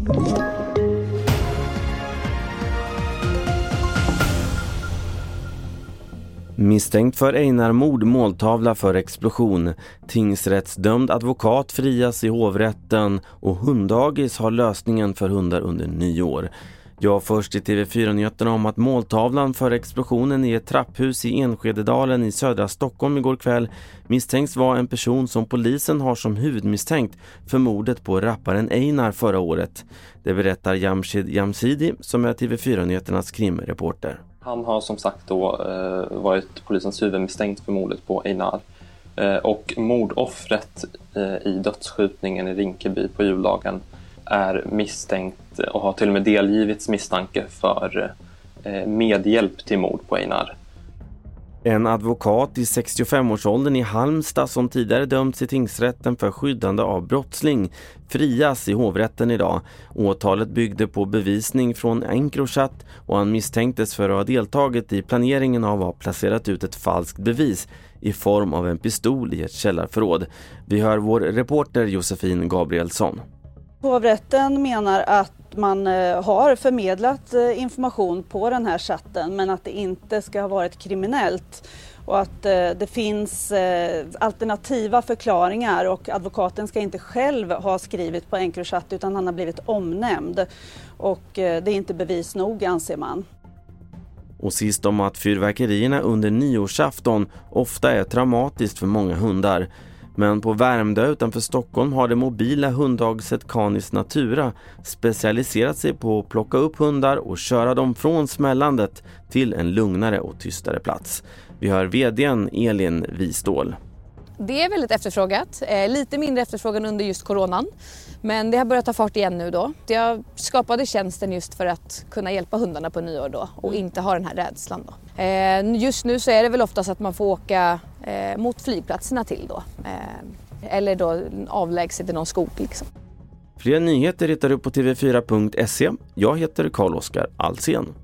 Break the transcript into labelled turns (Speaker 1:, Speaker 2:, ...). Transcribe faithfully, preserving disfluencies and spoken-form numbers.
Speaker 1: Misstänkt för Einar-mord, måltavla för explosion. Tingsrättsdömd advokat frias i hovrätten och hunddagis har lösningen för hundar under nyår. Jag först i T V fyra-nyheterna om att måltavlan för explosionen i ett trapphus i Enskededalen i södra Stockholm igår kväll misstänks vara en person som polisen har som huvudmisstänkt för mordet på rapparen Einar förra året. Det berättar Jamshid Jamshidi som är T V fyra-nyheternas krimreporter.
Speaker 2: Han har som sagt då eh, varit polisens huvudmisstänkt för mordet på Einar. Eh, och mordoffret eh, i dödsskjutningen i Rinkeby på juldagen är misstänkt och har till och med delgivits misstanke för eh, medhjälp till mord på Einar.
Speaker 1: En advokat i sextiofem-årsåldern i Halmstad som tidigare dömts i tingsrätten för skyddande av brottsling frias i hovrätten idag. Åtalet byggde på bevisning från Encrochat och han misstänktes för att ha deltagit i planeringen av att ha placerat ut ett falskt bevis i form av en pistol i ett källarförråd. Vi hör vår reporter Josefin Gabrielsson.
Speaker 3: Hovrätten menar att man har förmedlat information på den här chatten men att det inte ska ha varit kriminellt och att det finns alternativa förklaringar och advokaten ska inte själv ha skrivit på Encrochat utan han har blivit omnämnd och det är inte bevis nog anser man.
Speaker 1: Och sist om att fyrverkerierna under nyårsafton ofta är traumatiskt för många hundar. Men på Värmdö utanför Stockholm har det mobila hunddagset Canis Natura specialiserat sig på att plocka upp hundar och köra dem från smällandet till en lugnare och tystare plats. Vi hör vdn Elin Wistål.
Speaker 4: Det är väldigt efterfrågat, eh, lite mindre efterfrågan under just coronan. Men det har börjat ta fart igen nu då. Jag skapade tjänsten just för att kunna hjälpa hundarna på nyår då och inte ha den här rädslan då. Eh, just nu så är det väl oftast att man får åka eh, mot flygplatserna till då. Eh, eller då avlägset i någon skog liksom.
Speaker 1: Fler nyheter hittar du på T V fyra punkt se. Jag heter Carl-Oskar Alsen.